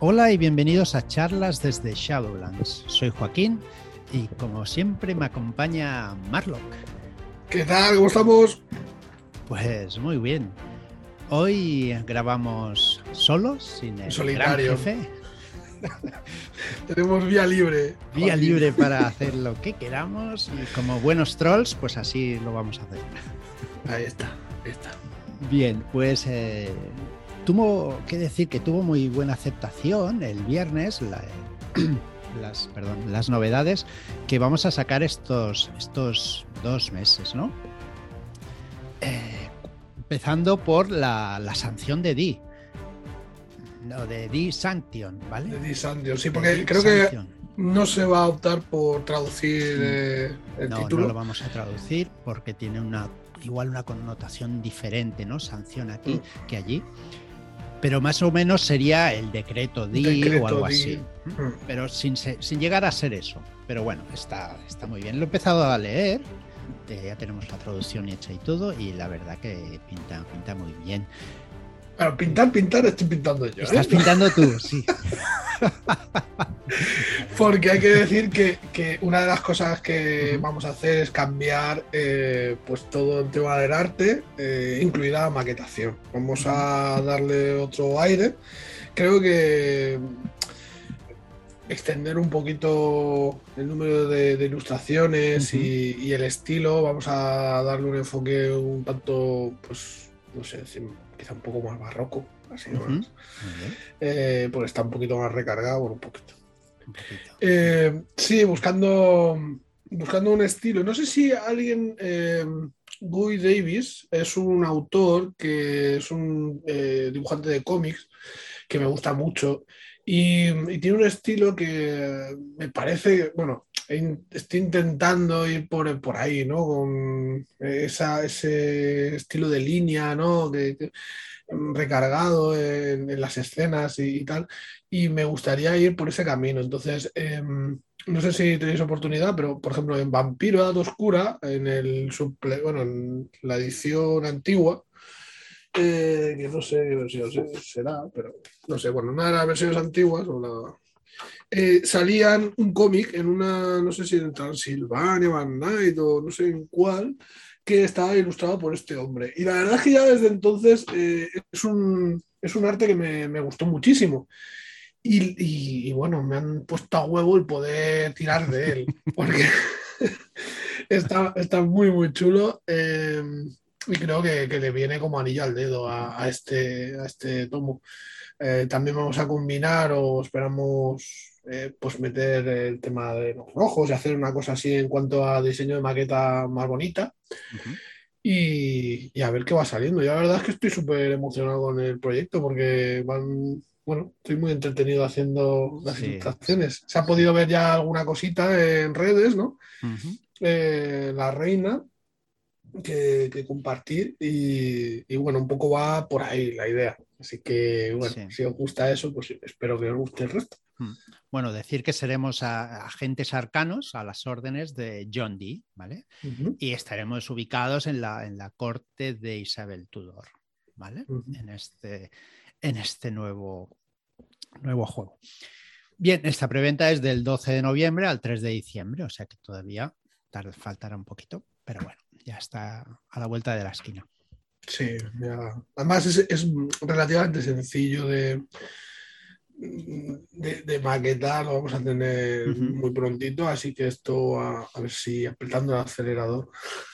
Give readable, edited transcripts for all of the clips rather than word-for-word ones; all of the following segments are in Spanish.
Hola y bienvenidos a charlas desde Shadowlands. Soy Joaquín y como siempre me acompaña Marlock. ¿Qué tal? ¿Cómo estamos? Pues muy bien. Hoy grabamos solos, sin el Solitario. gran jefe. Tenemos vía libre. Vía Joaquín. libre para hacer lo que queramos y como buenos trolls, pues así lo vamos a hacer. Ahí está. Bien, pues tuvo que decir que tuvo muy buena aceptación el viernes las novedades que vamos a sacar estos 2 meses, ¿no? Empezando por la sanción de D. No, de D Sanction, ¿vale? De Disandio, sí, porque creo que no se va a optar por traducir el título. No lo vamos a traducir porque tiene igual una connotación diferente, ¿no? Sanción aquí que allí. Pero más o menos sería el decreto D o algo así. Pero sin llegar a ser eso. Pero bueno, está muy bien. Lo he empezado a leer. Ya tenemos la traducción hecha y todo. Y la verdad que pinta muy bien. Bueno, pintar estoy pintando yo. Estás pintando tú, sí. Porque hay que decir que una de las cosas que vamos a hacer es cambiar pues todo el tema del arte, incluida la maquetación. Vamos a darle otro aire. Creo que extender un poquito el número de ilustraciones y el estilo. Vamos a darle un enfoque un tanto, pues, no sé, quizá un poco más barroco, así más. Porque está un poquito más recargado, bueno, un poquito. Sí, buscando un estilo. No sé si alguien, Guy Davis, es un autor que es un dibujante de cómics que me gusta mucho y tiene un estilo que me parece, bueno, estoy intentando ir por ahí, ¿no? Con ese estilo de línea, ¿no? Recargado en las escenas y tal, y me gustaría ir por ese camino. Entonces, no sé si tenéis oportunidad, pero por ejemplo en Vampiro Edad Oscura, en la edición antigua, que no sé qué versión será, pero no sé, bueno, una de las versiones antiguas salían un cómic en una, no sé si en Transilvania, Van Night o no sé en cuál, que estaba ilustrado por este hombre. Y la verdad es que ya desde entonces es un arte que me gustó muchísimo. Y bueno, me han puesto a huevo el poder tirar de él, porque está muy, muy chulo. Y creo que le viene como anillo al dedo a este tomo. También vamos a combinar o esperamos pues meter el tema de los rojos y hacer una cosa así en cuanto a diseño de maqueta más bonita. Y a ver qué va saliendo. Yo la verdad es que estoy súper emocionado con el proyecto porque estoy muy entretenido haciendo las ilustraciones. Se ha podido ver ya alguna cosita en redes, ¿no? La reina que compartir y bueno, un poco va por ahí la idea. Así que bueno, si os gusta eso, pues espero que os guste el resto. Bueno, decir que seremos agentes arcanos a las órdenes de John Dee, ¿vale? Y estaremos ubicados en la corte de Isabel Tudor, ¿vale? En este nuevo juego. Bien, esta preventa es del 12 de noviembre al 3 de diciembre, o sea que todavía faltará un poquito, pero bueno, ya está a la vuelta de la esquina. Sí, ya. Además es relativamente sencillo de maquetar, lo vamos a tener muy prontito, así que esto a ver si apretando el acelerador.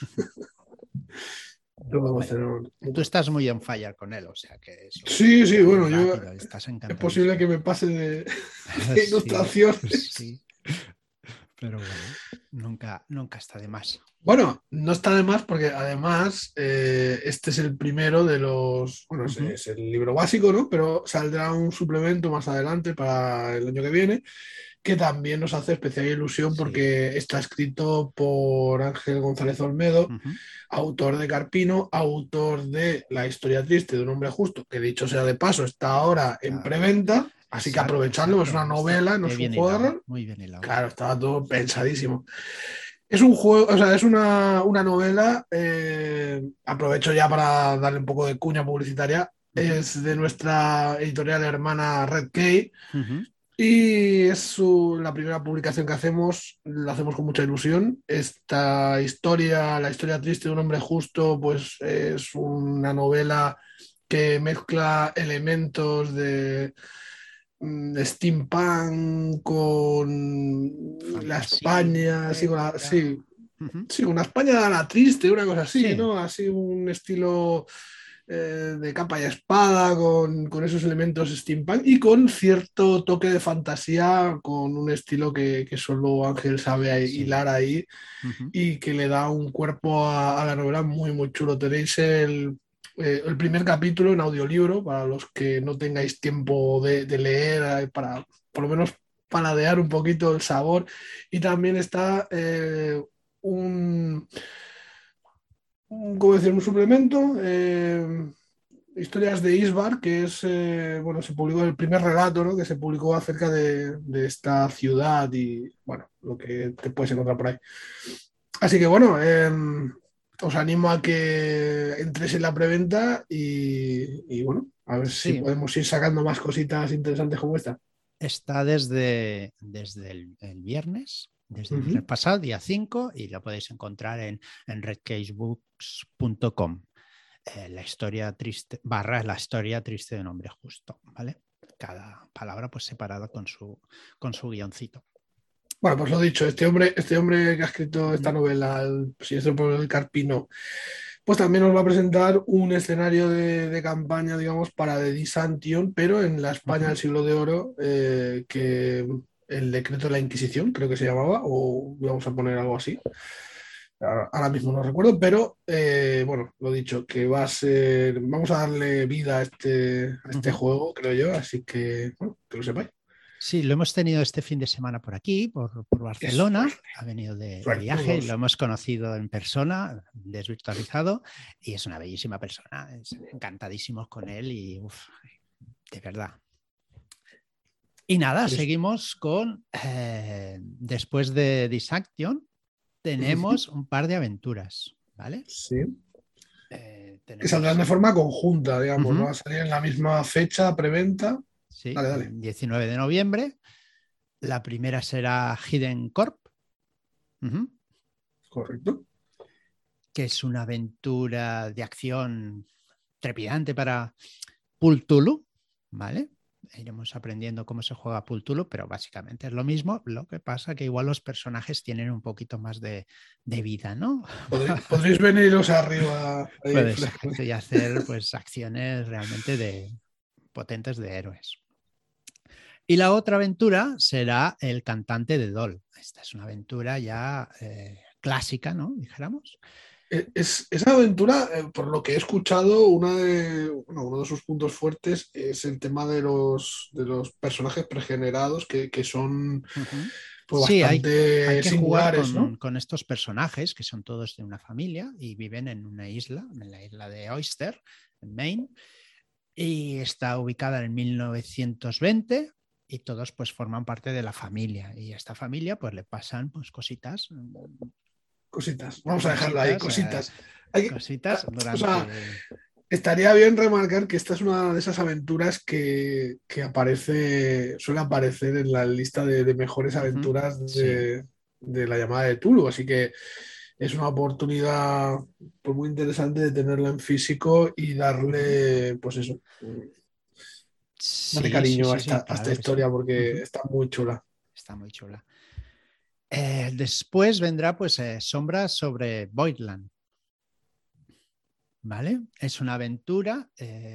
Tú estás muy on fire con él, o sea que eso. Sí, bueno, yo estás es posible que me pase de ilustraciones. Sí. Pero bueno, nunca está de más. Bueno, no está de más porque además este es el primero de los, bueno, es el libro básico, ¿no? Pero saldrá un suplemento más adelante para el año que viene que también nos hace especial ilusión porque está escrito por Ángel González Olmedo, autor de Carpino, autor de La historia triste de un hombre justo, que dicho sea de paso está ahora en preventa, así que aprovechadlo, es una novela, no es un juego de rol. Muy bien hilado. Claro, estaba todo pensadísimo. Es un juego, o sea, es una novela, aprovecho ya para darle un poco de cuña publicitaria, es de nuestra editorial hermana Red Key. Ujú. Y es la primera publicación que hacemos, la hacemos con mucha ilusión. Esta historia, la historia triste de un hombre justo, pues es una novela que mezcla elementos de steampunk con la Fantasía, España, épica. Ujú. sí, una España a la triste, una cosa así, Sí, ¿no? Así un estilo de capa y espada, con esos elementos steampunk y con cierto toque de fantasía, con un estilo que solo Ángel sabe sí. hilar ahí Ujú. y que le da un cuerpo a la novela muy, muy chulo. Tenéis el primer capítulo en audiolibro para los que no tengáis tiempo de leer, para por lo menos paladear un poquito el sabor. Y también está un, ¿cómo decir? Un suplemento. Historias de Isbar, que es, bueno, se publicó el primer relato, ¿no? Que se publicó acerca de esta ciudad y, bueno, lo que te puedes encontrar por ahí. Así que, bueno, os animo a que entres en la preventa y, bueno, a ver si Sí, podemos ir sacando más cositas interesantes como esta. está desde el viernes, desde el viernes Ujú. pasado, día 5, y lo podéis encontrar en redcasebooks.com. La historia triste, la historia triste de un hombre justo, ¿vale? Cada palabra pues separada con su guioncito. Bueno, pues lo dicho, este hombre que ha escrito esta novela, el siniestro pueblo del Carpino, pues también nos va a presentar un escenario de campaña, digamos, para The Disantion, pero en la Uh España -huh. del siglo de oro, que el decreto de la Inquisición, creo que se llamaba, o vamos a poner algo así. Ahora mismo no recuerdo, pero bueno, lo dicho, que va a ser, vamos a darle vida a Uh este -huh. juego, creo yo, así que, bueno, que lo sepáis. Sí, lo hemos tenido este fin de semana por aquí, por Barcelona. Suerte, Ha venido de suerte, viaje y lo todos. hemos conocido en persona, desvirtualizado, y es una bellísima persona. Encantadísimos con él y, uf, de verdad. Y nada, Pues, seguimos con, después de Disaction, tenemos un par de aventuras, ¿vale? sí. Que saldrán Tenemos, de forma conjunta, digamos, ¿no? Va uh-huh, a salir en la misma fecha, preventa. sí, Dale, dale. el 19 de noviembre. La primera será Hidden Corp, uh-huh, Correcto. que es una aventura de acción trepidante para Pultulu, ¿vale? Iremos aprendiendo cómo se juega Pultulu, pero básicamente es lo mismo. Lo que pasa que igual los personajes tienen un poquito más de vida, ¿no? Podréis veniros arriba ahí Puedes fresco. y hacer pues acciones realmente potentes de héroes. Y la otra aventura será El cantante de Dol. Esta es una aventura ya clásica, ¿no? Dijéramos. Esa aventura, por lo que he escuchado, bueno, uno de sus puntos fuertes es el tema de los personajes pregenerados que son Uh -huh. pues, Sí, hay bastante que jugar singulares, ¿no? con estos personajes que son todos de una familia y viven en una isla, en la isla de Oyster, en Maine, y está ubicada en 1920 y todos pues forman parte de la familia y a esta familia pues le pasan pues cositas, Cositas. Vamos a dejarlo ahí, cositas. cositas O sea, durante... estaría bien remarcar que esta es una de esas aventuras que suele aparecer en la lista de mejores Uh -huh. aventuras Sí. de la llamada de Tulu, así que es una oportunidad pues, muy interesante de tenerla en físico y Uh -huh. darle, pues eso, darle Sí, sí, cariño a sí, esta, sí, a esta claro que sí. historia Uh porque -huh. está muy chula. Está muy chula. Después vendrá pues Sombras sobre Voidland, ¿vale? Es una aventura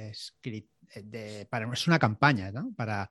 es una campaña, ¿no?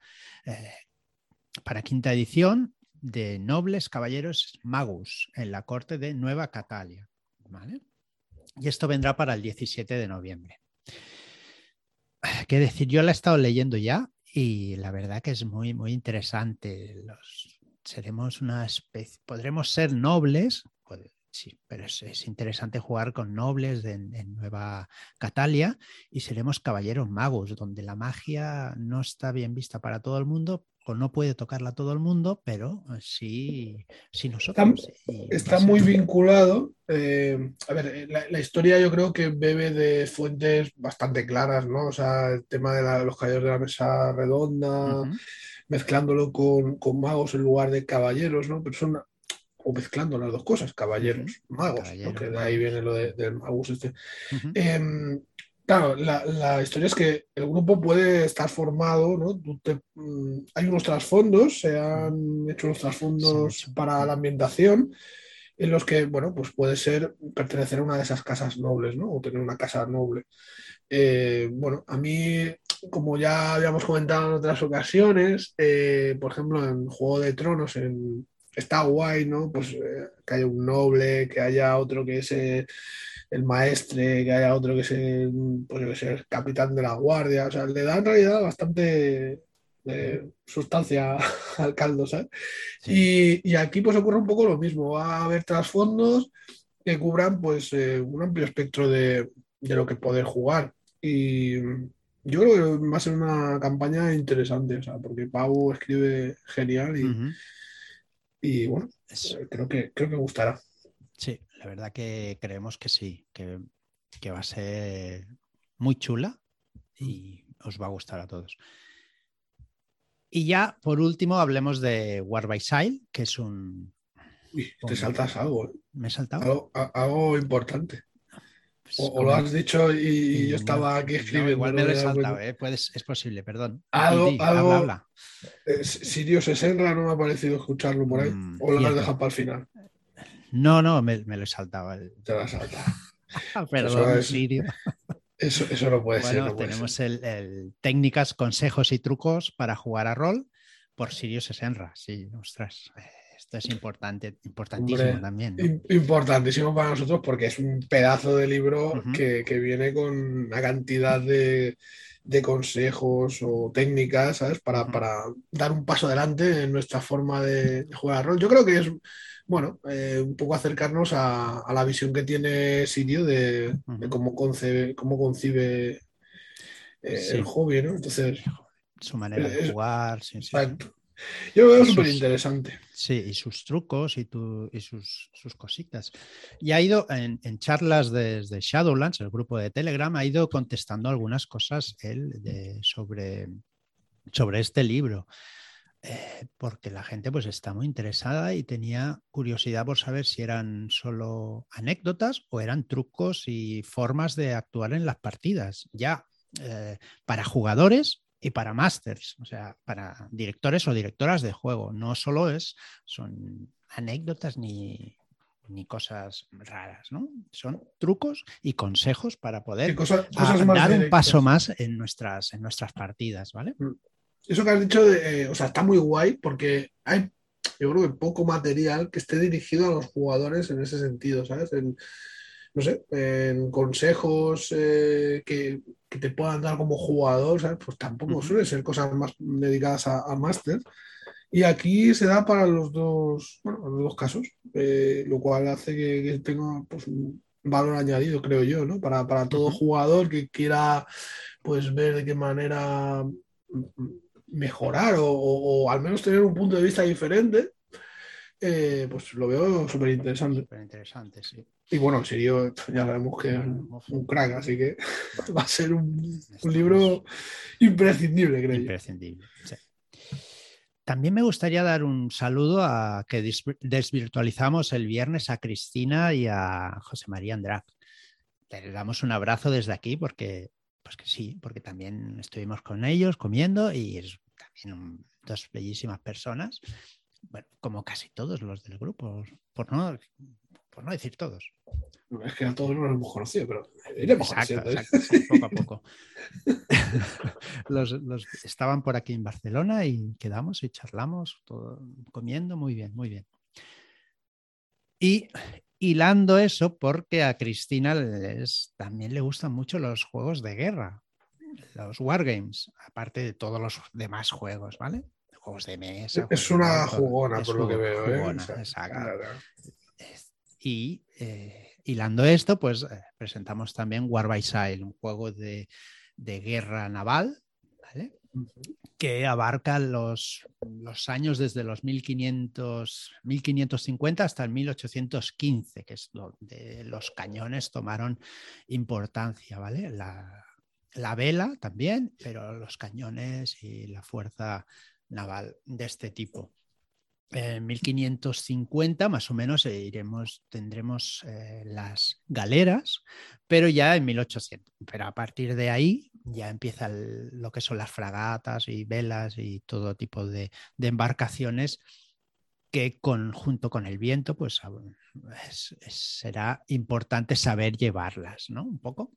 Para quinta edición de nobles caballeros magus en la corte de Nueva Catalia, ¿vale? Y esto vendrá para el 17 de noviembre. Qué decir, yo la he estado leyendo ya y la verdad que es muy, muy interesante. Seremos una especie, podremos ser nobles, sí, pero es interesante jugar con nobles en Nueva Catalia y seremos caballeros magos, donde la magia no está bien vista para todo el mundo o no puede tocarla todo el mundo, pero sí, sí nosotros. Está muy vinculado. A ver, la historia yo creo que bebe de fuentes bastante claras, ¿no? O sea, el tema de los caballeros de la mesa redonda, mezclándolo con magos en lugar de caballeros, ¿no? O mezclando las dos cosas, caballeros, magos, Caballeros, ¿no? Que de magos. ahí viene lo del magus este. Claro, la historia es que el grupo puede estar formado, ¿no? Hay unos trasfondos, se han hecho unos trasfondos para la ambientación en los que, bueno, pues puede ser pertenecer a una de esas casas nobles, ¿no? O tener una casa noble. Bueno, a mí, como ya habíamos comentado en otras ocasiones, por ejemplo, en Juego de Tronos, está guay, ¿no? Pues que haya un noble, que haya otro que es el maestre, que haya otro que es pues, yo qué sé, el capitán de la guardia. O sea, le da en realidad bastante sustancia al caldo, ¿sabes? Sí. Y aquí pues ocurre un poco lo mismo. Va a haber trasfondos que cubran pues un amplio espectro de lo que poder jugar. Y yo creo que va a ser una campaña interesante, o sea, porque Pau escribe genial y bueno, Es, creo que gustará. sí, la verdad que creemos que sí, que va a ser muy chula y os va a gustar a todos. Y ya, por último, hablemos de War by Sale, que es Uy, te saltas algo, ¿eh? ¿Me he saltado? Algo importante. Pues O lo has dicho y yo estaba aquí no, escribiendo, igual no me me lo he he dado saltado, cuenta. es posible, perdón. Habla, Algo, habla. Sirio Senra no me ha parecido escucharlo por ahí. O lo has Cierto. dejado para el final. No, me lo he saltado. Te lo has saltado. Eso, Perdón, Sirio. eso no puede ser, Bueno, no puede ser. tenemos el técnicas, consejos y trucos para jugar a rol por Sirio Senra. Sí, ostras, esto es importante, importantísimo Hombre, también, ¿no? importantísimo para nosotros porque es un pedazo de libro Uh-huh. que viene con una cantidad de consejos o técnicas, ¿sabes? Uh-huh. Para dar un paso adelante en nuestra forma de jugar al rol. Yo creo que es, bueno, un poco acercarnos a la visión que tiene Sirio de Uh-huh. cómo concibe el Sí, hobby, ¿no? Entonces, su manera de es, jugar, sí, sí, sí. exacto. Yo lo veo Y súper sus, interesante. sí, y sus trucos y sus cositas. Y ha ido en charlas desde Shadowlands, el grupo de Telegram, ha ido contestando algunas cosas él sobre este libro. Porque la gente pues está muy interesada y tenía curiosidad por saber si eran solo anécdotas o eran trucos y formas de actuar en las partidas, ya para jugadores y para masters, o sea, para directores o directoras de juego. No solo son anécdotas ni cosas raras, ¿no? Son trucos y consejos para Sí, poder cosas más dar un paso directas. más en nuestras partidas, ¿vale? Eso que has dicho, o sea, está muy guay porque hay, yo creo que poco material que esté dirigido a los jugadores en ese sentido, ¿sabes? No sé, en consejos que te puedan dar como jugador, ¿sabes? Pues tampoco Uh-huh. suelen ser cosas más dedicadas a máster. Y aquí se da para los dos, bueno, los dos casos, lo cual hace que tenga pues, un valor añadido, creo yo, ¿no? Para todo Uh-huh. jugador que quiera pues ver de qué manera mejorar o al menos tener un punto de vista diferente, pues lo veo súper interesante. Súper interesante, sí. Y bueno, en serio, ya sabemos que es Uf, un crack, así que va a ser un esto es libro imprescindible, creo yo. imprescindible. Sí. También me gustaría dar un saludo a que desvirtualizamos el viernes a Cristina y a José María Andrac. Le damos un abrazo desde aquí porque, pues que sí, porque también estuvimos con ellos comiendo y es también dos bellísimas personas, bueno, como casi todos los del grupo, por no decir todos. Es que a todos no los hemos conocido, pero iremos Exacto, conociendo. exacto, sí, poco a poco. Estaban por aquí en Barcelona y quedamos y charlamos, todo, comiendo muy bien, muy bien. Y hilando eso, porque a Cristina también le gustan mucho los juegos de guerra, los wargames, aparte de todos los demás juegos, ¿vale? Juegos de mesa, juegos Es de rol, una todo. jugona, Es por lo que veo, ¿eh? O jugona, sea, exacto. claro, claro. Y hilando esto, pues presentamos también War by Sail, un juego de guerra naval, ¿vale? Que abarca los años desde los 1550 hasta el 1815, que es donde los cañones tomaron importancia, ¿vale? La vela también, pero los cañones y la fuerza naval de este tipo. En 1550 más o menos tendremos las galeras, pero ya en 1800. Pero a partir de ahí ya empieza lo que son las fragatas y velas y todo tipo de embarcaciones que junto con el viento pues será importante saber llevarlas, ¿no? Un poco.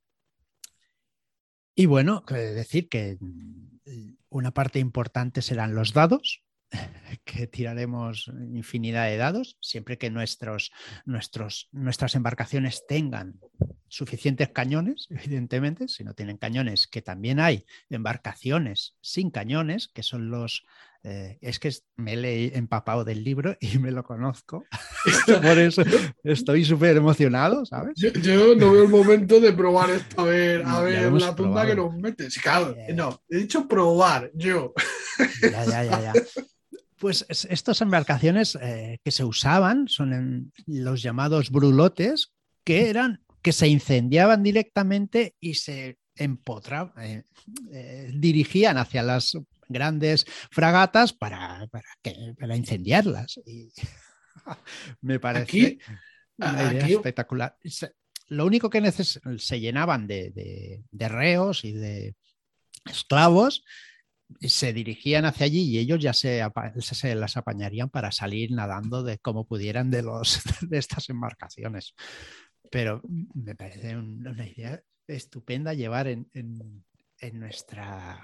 Y bueno, decir que una parte importante serán los dados, que tiraremos infinidad de dados, siempre que nuestras embarcaciones tengan suficientes cañones, evidentemente. Si no tienen cañones, que también hay embarcaciones sin cañones, que son es que me he empapado del libro y me lo conozco. Por eso estoy súper emocionado, ¿sabes? Yo no veo el momento de probar esto, a ver la tonta que nos metes. Claro, no, he dicho probar, yo. Ya. Pues estas embarcaciones que se usaban son los llamados brulotes, que se incendiaban directamente y se empotraban, dirigían hacia las grandes fragatas para incendiarlas. Y me parece una idea espectacular. Lo único que se llenaban de reos y de esclavos, se dirigían hacia allí y ellos ya se las apañarían para salir nadando de como pudieran de estas embarcaciones. Pero me parece una idea estupenda llevar en nuestra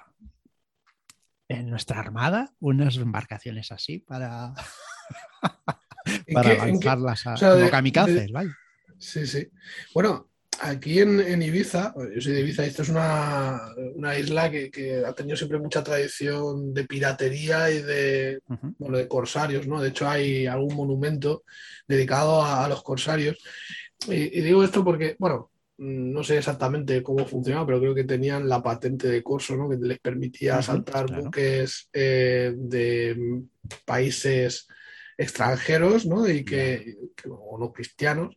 armada unas embarcaciones así para lanzarlas como kamikazes, ¿vale? Sí, sí. Bueno, aquí en Ibiza, yo soy de Ibiza, y esto es una isla que ha tenido siempre mucha tradición de piratería y de corsarios, ¿no? De hecho, hay algún monumento dedicado a los corsarios. Y digo esto porque, bueno, no sé exactamente cómo funcionaba, pero creo que tenían la patente de corso, ¿no? Que les permitía asaltar buques de países extranjeros, ¿no? Y o no cristianos.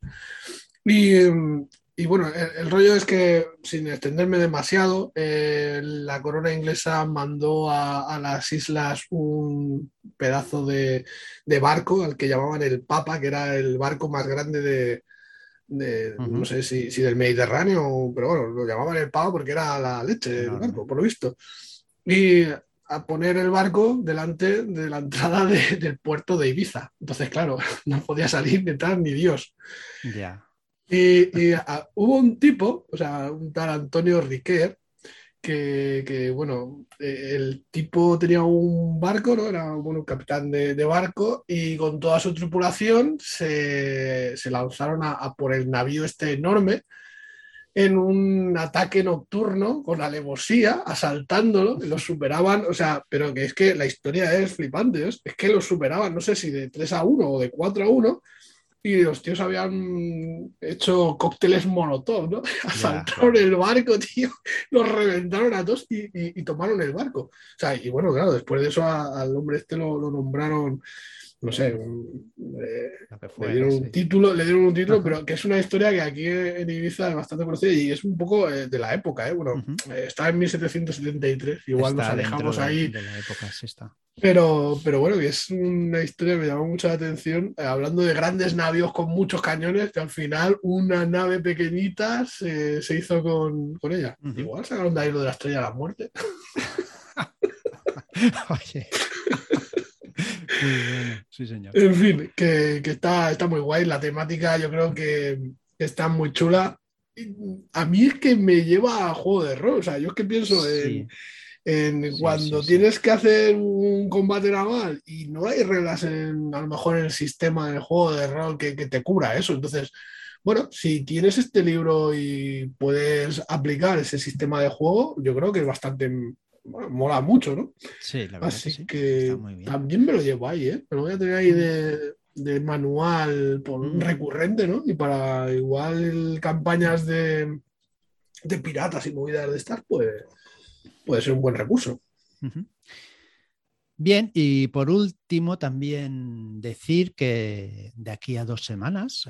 Y bueno, el rollo es que, sin extenderme demasiado, la corona inglesa mandó a las islas un pedazo de barco al que llamaban el Papa, que era el barco más grande no sé si del Mediterráneo, pero bueno, lo llamaban el Papa porque era la leche del barco, por lo visto. Y a poner el barco delante de la entrada del puerto de Ibiza. Entonces, claro, no podía salir ni tal ni Dios. Ya. Y hubo un tipo, o sea, un tal Antonio Riquer, que bueno, el tipo tenía un barco, ¿no? Era un capitán de barco, y con toda su tripulación se lanzaron a por el navío este enorme en un ataque nocturno con alevosía, asaltándolo, y los superaban, o sea, pero que es que la historia es flipante, es que los superaban, no sé si de 3-1 o de 4-1, y los tíos habían hecho cócteles molotov, ¿no? Asaltaron el barco, tío, los reventaron a todos y tomaron el barco. O sea, y bueno, claro, después de eso al hombre este lo nombraron, no sé, le dieron un título, pero que es una historia que aquí en Ibiza es bastante conocida y es un poco de la época, ¿eh? Bueno, está en 1773, igual está, nos alejamos ahí. De la época, sí está. Pero bueno, que es una historia que me llamó mucho la atención, hablando de grandes navíos con muchos cañones, que al final una nave pequeñita se hizo con ella. Igual sacaron de ahí lo de la Estrella de la Muerte. Oye. Muy bueno, sí señor. En fin, que está muy guay. La temática yo creo que está muy chula. A mí es que me lleva a juego de rol. O sea, yo es que pienso cuando tienes que hacer un combate naval y no hay reglas a lo mejor en el sistema del juego de rol que te cubra eso. Entonces, bueno, si tienes este libro y puedes aplicar ese sistema de juego, yo creo que es bastante... Bueno, mola mucho, ¿no? Sí, la verdad. Así que está muy bien. También me lo llevo ahí, ¿eh? Me lo voy a tener ahí de manual recurrente, ¿no? Y para igual campañas de piratas y movidas de estas, pues puede ser un buen recurso. Bien, y por último también decir que de aquí a 2 semanas,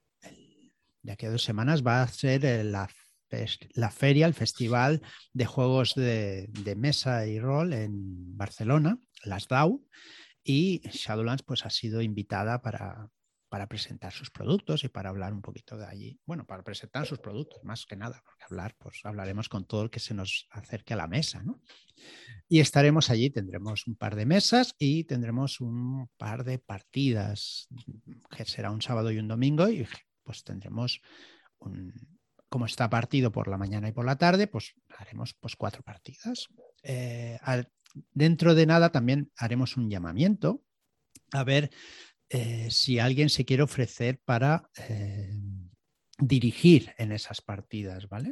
va a ser la feria, el festival de juegos de mesa y rol en Barcelona, las DAO, y Shadowlands pues ha sido invitada para presentar sus productos y para hablar un poquito de allí. Bueno, para presentar sus productos, más que nada, porque pues hablaremos con todo el que se nos acerque a la mesa, ¿no? Y estaremos allí, tendremos un par de mesas y tendremos un par de partidas, que será un sábado y un domingo, y pues tendremos como está partido por la mañana y por la tarde, pues haremos pues 4 partidas. Dentro de nada también haremos un llamamiento a ver si alguien se quiere ofrecer para dirigir en esas partidas, ¿vale?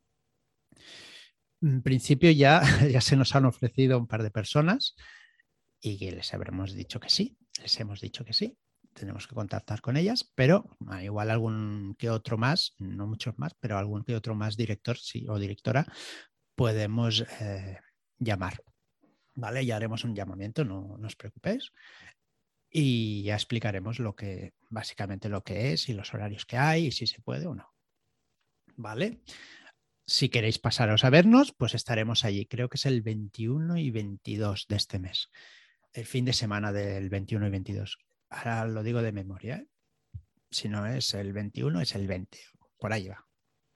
En principio ya se nos han ofrecido un par de personas y que les habremos dicho que sí, les hemos dicho que sí. Tenemos que contactar con ellas, pero igual algún que otro más, no muchos más, pero algún que otro más director o directora podemos llamar. ¿Vale? Ya haremos un llamamiento, no os preocupéis. Y ya explicaremos básicamente lo que es y los horarios que hay y si se puede o no. ¿Vale? Si queréis pasaros a vernos, pues estaremos allí. Creo que es el 21 y 22 de este mes. El fin de semana del 21 y 22. Ahora lo digo de memoria, ¿eh? Si no es el 21, es el 20. Por ahí va.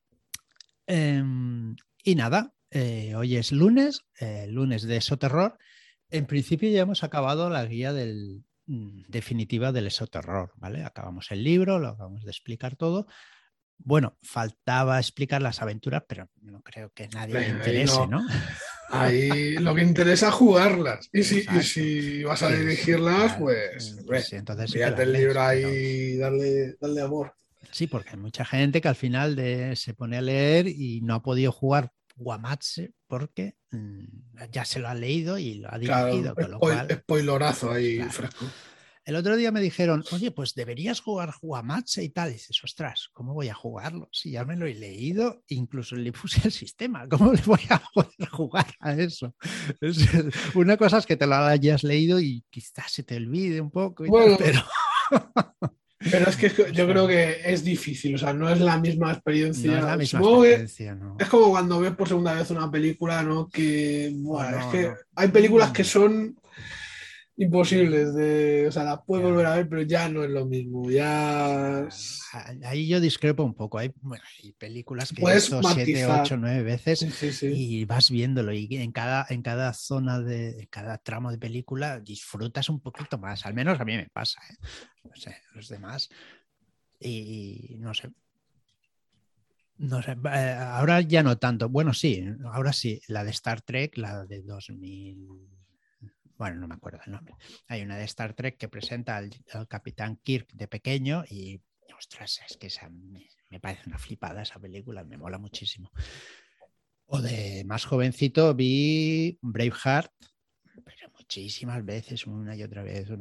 Y nada, hoy es lunes de Esoterror. En principio ya hemos acabado la guía definitiva del Esoterror, ¿vale? Acabamos el libro, lo acabamos de explicar todo. Bueno, faltaba explicar las aventuras, pero no creo que a nadie le interese, ¿no? Ahí lo que interesa es jugarlas. Y si vas a dirigirlas, pues sí, entonces fíjate el libro ahí, darle amor. Sí, porque hay mucha gente que al final se pone a leer y no ha podido jugar Guamatse porque ya se lo ha leído y lo ha dirigido. Claro, con lo cual, spoilorazo ahí fresco. El otro día me dijeron, oye, pues deberías jugar Guamatse y tal. Y dices, ostras, ¿cómo voy a jugarlo? Si ya me lo he leído, incluso le puse el sistema. ¿Cómo le voy a poder jugar a eso? Una cosa es que te lo hayas leído y quizás se te olvide un poco y tal, pero... Pero es que yo creo que es difícil, o sea, no es la misma experiencia. No es la misma experiencia, ¿no? Es como cuando ves por segunda vez una película, ¿no? Que, bueno, es que no. hay películas que son imposibles o sea, las puedes volver a ver, pero ya no es lo mismo, ya... Ahí yo discrepo un poco. Hay películas que he puedes visto matizar 7, 8, 9 veces sí. y vas viéndolo y en cada zona en cada tramo de película disfrutas un poquito más. Al menos a mí me pasa, ¿eh? No sé, los demás. Y no sé. No sé, ahora ya no tanto. Bueno, sí, ahora sí. La de Star Trek, la de 2000. Bueno, no me acuerdo el nombre. Hay una de Star Trek que presenta al Capitán Kirk de pequeño y, ostras, es que me parece una flipada esa película, me mola muchísimo. O de más jovencito vi Braveheart, pero muchísimas veces, una y otra vez.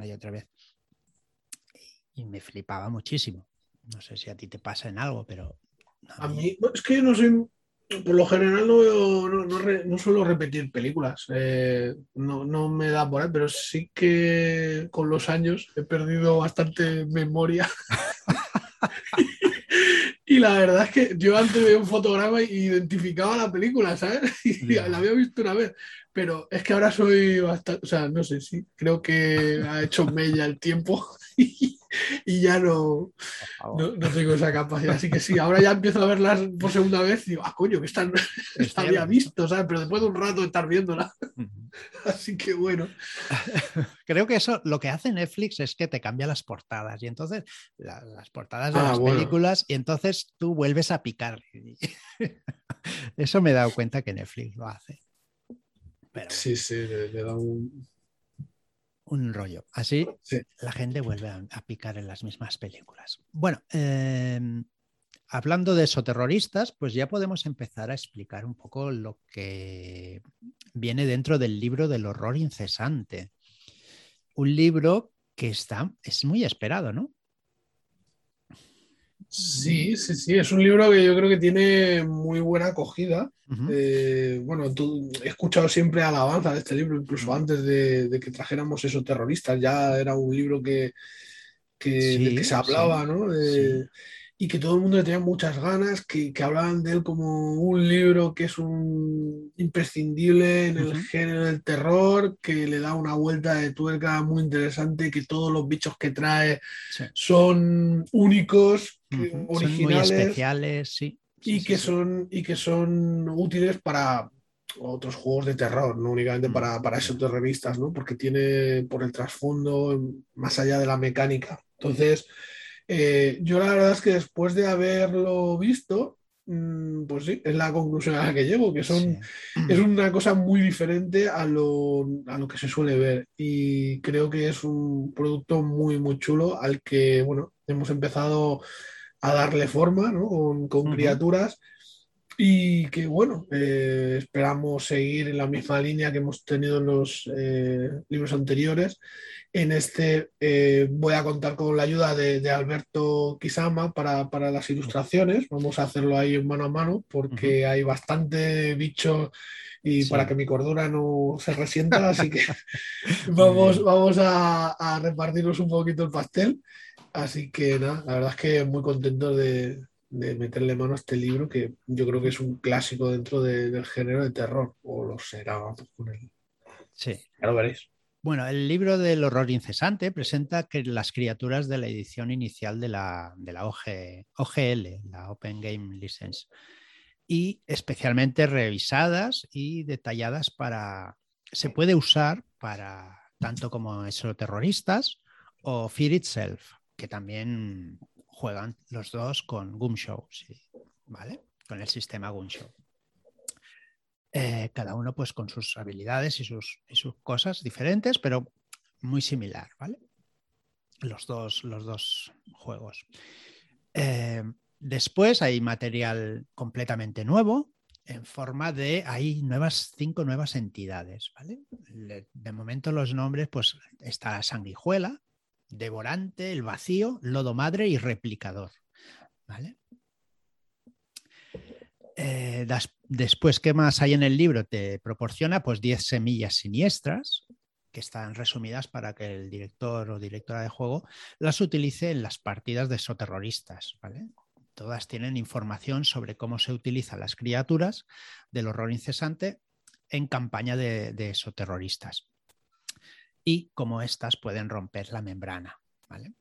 Y me flipaba muchísimo. No sé si a ti te pasa en algo, pero... A mí, es que no soy... Por lo general no suelo repetir películas, no me da por ahí, pero sí que con los años he perdido bastante memoria. Y la verdad es que yo antes veía un fotograma y identificaba la película, ¿sabes? Y la había visto una vez, pero es que ahora soy bastante, o sea, no sé, sí, creo que ha hecho mella el tiempo y ya no tengo esa capacidad. Así que sí, ahora ya empiezo a verlas por segunda vez y digo, coño, que esta había visto, ¿sabes? Pero después de un rato de estar viéndola. Así que bueno. Creo que eso lo que hace Netflix es que te cambia las portadas y entonces las portadas de las películas y entonces tú vuelves a picar. Eso me he dado cuenta que Netflix lo hace. Pero sí, le da un rollo. Así la gente vuelve a picar en las mismas películas. Bueno, hablando de esoterroristas, pues ya podemos empezar a explicar un poco lo que viene dentro del libro del horror incesante. Un libro que es muy esperado, ¿no? Sí, sí, sí, es un libro que yo creo que tiene muy buena acogida. Uh-huh. Bueno, he escuchado siempre alabanza de este libro, incluso Uh-huh. antes de que trajéramos esos terroristas, ya era un libro del que se Sí, sí, hablaba, ¿no? sí. Y que todo el mundo le tenía muchas ganas, que hablaban de él como un libro que es un imprescindible en el Uh-huh. género del terror, que le da una vuelta de tuerca muy interesante, que todos los bichos que trae Sí. son únicos, Uh-huh. Son muy originales especiales, sí, sí, y sí, sí. y que son útiles para otros juegos de terror, no únicamente para esos Yeah. de revistas, ¿no? Porque tiene por el trasfondo, más allá de la mecánica. Entonces, yo la verdad es que después de haberlo visto, pues sí, es la conclusión a la que llego, que Sí. es una cosa muy diferente a lo que se suele ver. Y creo que es un producto muy, muy chulo al que, bueno, hemos empezado a darle forma, ¿no? Con Uh-huh. criaturas y que bueno, esperamos seguir en la misma línea que hemos tenido en los libros anteriores. En este voy a contar con la ayuda de Alberto Kisama para las ilustraciones. Vamos a hacerlo ahí mano a mano Uh-huh. porque hay bastante bicho y para que Sí. mi cordura no se resienta, así que Muy bien. vamos a repartirnos un poquito el pastel. Así que nada, la verdad es que muy contento de meterle mano a este libro que yo creo que Uh-huh. es un clásico dentro del género de terror, o lo será, vamos, Sí. ya lo veréis. Bueno, el libro del horror incesante presenta que las criaturas de la edición inicial de la OGL, la Open Game License, y especialmente revisadas y detalladas se puede usar para tanto como exoterroristas o Fear Itself, que también juegan los dos con Gumshow, sí, ¿vale? Con el sistema Gumshow. Cada uno pues con sus habilidades y sus cosas diferentes, pero muy similar, ¿vale? Los dos juegos. Después hay material completamente nuevo en forma hay 5 nuevas entidades, ¿vale? De momento los nombres, pues está Sanguijuela, Devorante, El Vacío, Lodo Madre y Replicador, ¿vale? Después, ¿qué más hay en el libro? Te proporciona pues 10 semillas siniestras que están resumidas para que el director o directora de juego las utilice en las partidas de exoterroristas, ¿vale? Todas tienen información sobre cómo se utilizan las criaturas del horror incesante en campaña de exoterroristas y cómo éstas pueden romper la membrana, ¿vale?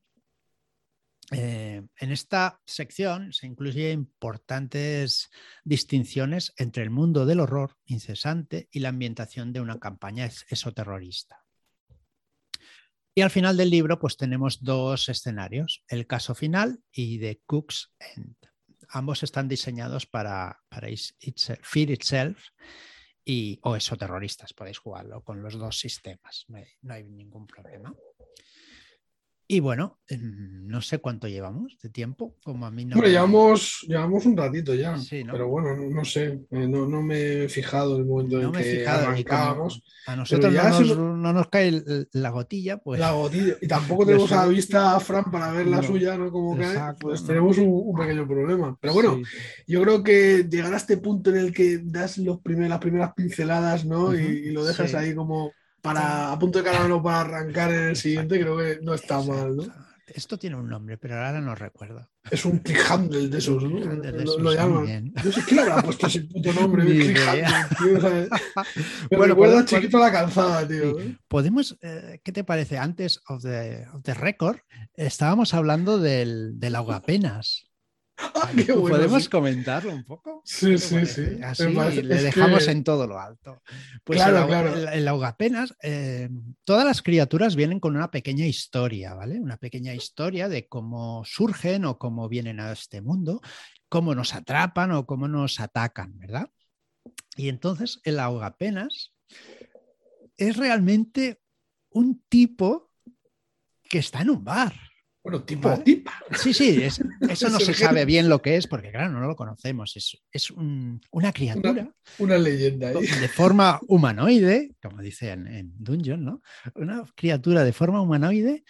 En esta sección se incluyen importantes distinciones entre el mundo del horror incesante y la ambientación de una campaña exoterrorista. Y al final del libro pues tenemos 2 escenarios, el caso final y The Cook's End. Ambos están diseñados para Fear Itself o exoterroristas. Podéis jugarlo con los 2 sistemas, no hay ningún problema. Y bueno, no sé cuánto llevamos de tiempo, como a mí no Hombre, me... llevamos un ratito ya, Sí, ¿no? pero bueno, no sé, no me he fijado en el momento No en me he que fijado y como arrancábamos, a pero nosotros no ya se nos, nos, no nos cae la gotilla, pues la gotilla. Y tampoco de tenemos a la subir. vista a Fran para ver la No, suya, ¿no? Como cae, exacto, pues no. tenemos un pequeño problema. Pero bueno, Sí, sí. yo creo que llegar a este punto en el que das las primeras pinceladas, ¿no? Uh-huh, Y lo dejas sí. ahí como Bueno, a punto de caramelo para arrancar en el siguiente, exacto, creo que no está mal, exacto. ¿no? Esto tiene un nombre, pero ahora no recuerdo. Es un clickhandle de Un esos, ¿no? cliffhanger de Lo esos, muy llaman. bien. No sé quién le habrá puesto ese puto nombre Ni de idea. clickhandle, tío. ¿Sabes? Me Bueno, recuerda a Chiquito la calzada, sí, tío. podemos, ¿qué te parece? Antes of the record, estábamos hablando del ahogapenas. Ah, qué bueno, ¿Podemos sí. comentarlo un poco? ¿Qué Sí, te sí, parece? sí. Me Así parece. le Es dejamos que, en todo lo alto. Pues claro, claro. el ahogapenas, todas las criaturas vienen con una pequeña historia, ¿vale? Una pequeña historia de cómo surgen o cómo vienen a este mundo, cómo nos atrapan o cómo nos atacan, ¿verdad? Y entonces el ahogapenas es realmente un tipo que está en un bar. Bueno, tipo, ¿Vale? tipa. Sí, sí, eso no Es el se sabe género. bien lo que es, porque claro, no lo conocemos. Es una Una, criatura una leyenda ahí. de forma humanoide, como dice en Dungeon, ¿no? Una criatura de forma humanoide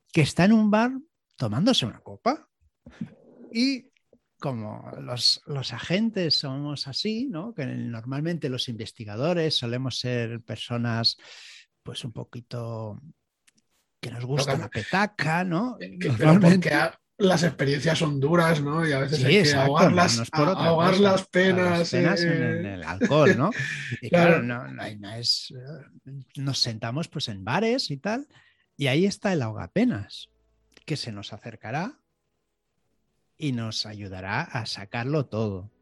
que está en un bar tomándose una copa y como los agentes somos así, ¿no? Que normalmente los investigadores solemos ser personas pues un poquito que nos gusta la petaca, ¿no? Pero porque las experiencias son duras, ¿no? Y a veces sí, hay que exacto, no es por otra ahogar cosa. las penas. Las penas en el alcohol, ¿no? Y Claro, nos sentamos pues en bares y tal, y ahí está el ahogapenas, que se nos acercará y nos ayudará a sacarlo todo.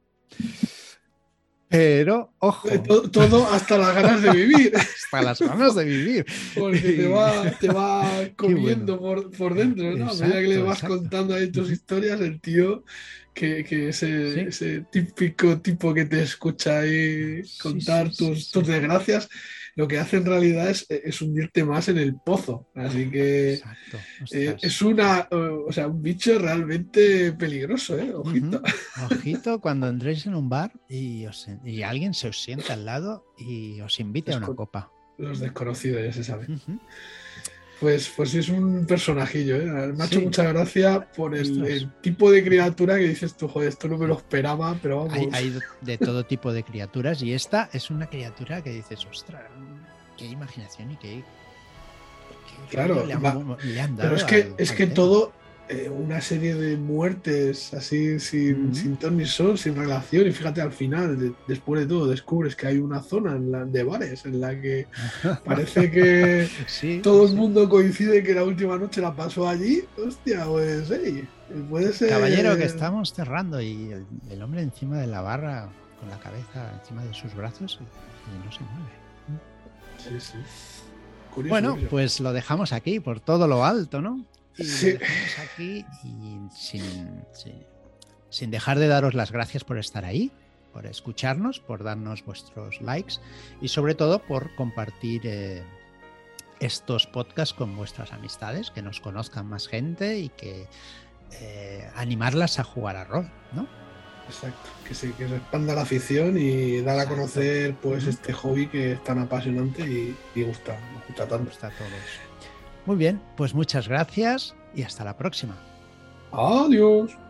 Pero, ojo. Todo hasta las ganas de vivir. Hasta las ganas de vivir. Porque te va comiendo por dentro, ¿no? Exacto, a medida que le vas contando ahí tus historias, el tío que ese típico tipo que te escucha ahí contar tus desgracias, lo que hace en realidad es hundirte más en el pozo. Así que es un bicho realmente peligroso, ¿eh? Ojito. Ojito cuando entréis en un bar y alguien se os sienta al lado y os invite a una copa. Los desconocidos, ya se sabe. Pues es un personajillo, ¿eh? Me ha hecho mucha gracia por el tipo de criatura que dices tú, joder, esto no me lo esperaba, pero vamos. Hay de todo tipo de criaturas y esta es una criatura que dices, ostras, qué imaginación y qué claro, le han dado. Pero es que todo, una serie de muertes así sin ton ni son, sin relación, y fíjate al final, después de todo, descubres que hay una zona de bares en la que parece que todo el mundo coincide que la última noche la pasó allí. Hostia, pues puede ser. Caballero, que estamos cerrando y el hombre encima de la barra con la cabeza encima de sus brazos y no se mueve. Sí. Curioso, bueno, pues lo dejamos aquí por todo lo alto, ¿no? Y lo dejamos aquí y sin dejar de daros las gracias por estar ahí, por escucharnos, por darnos vuestros likes y sobre todo por compartir estos podcasts con vuestras amistades, que nos conozcan más gente y que animarlas a jugar a rol, ¿no? Exacto, que se expanda la afición y dar a conocer pues este hobby que es tan apasionante y nos gusta tanto. Gusta a todos. Muy bien, pues muchas gracias y hasta la próxima. Adiós.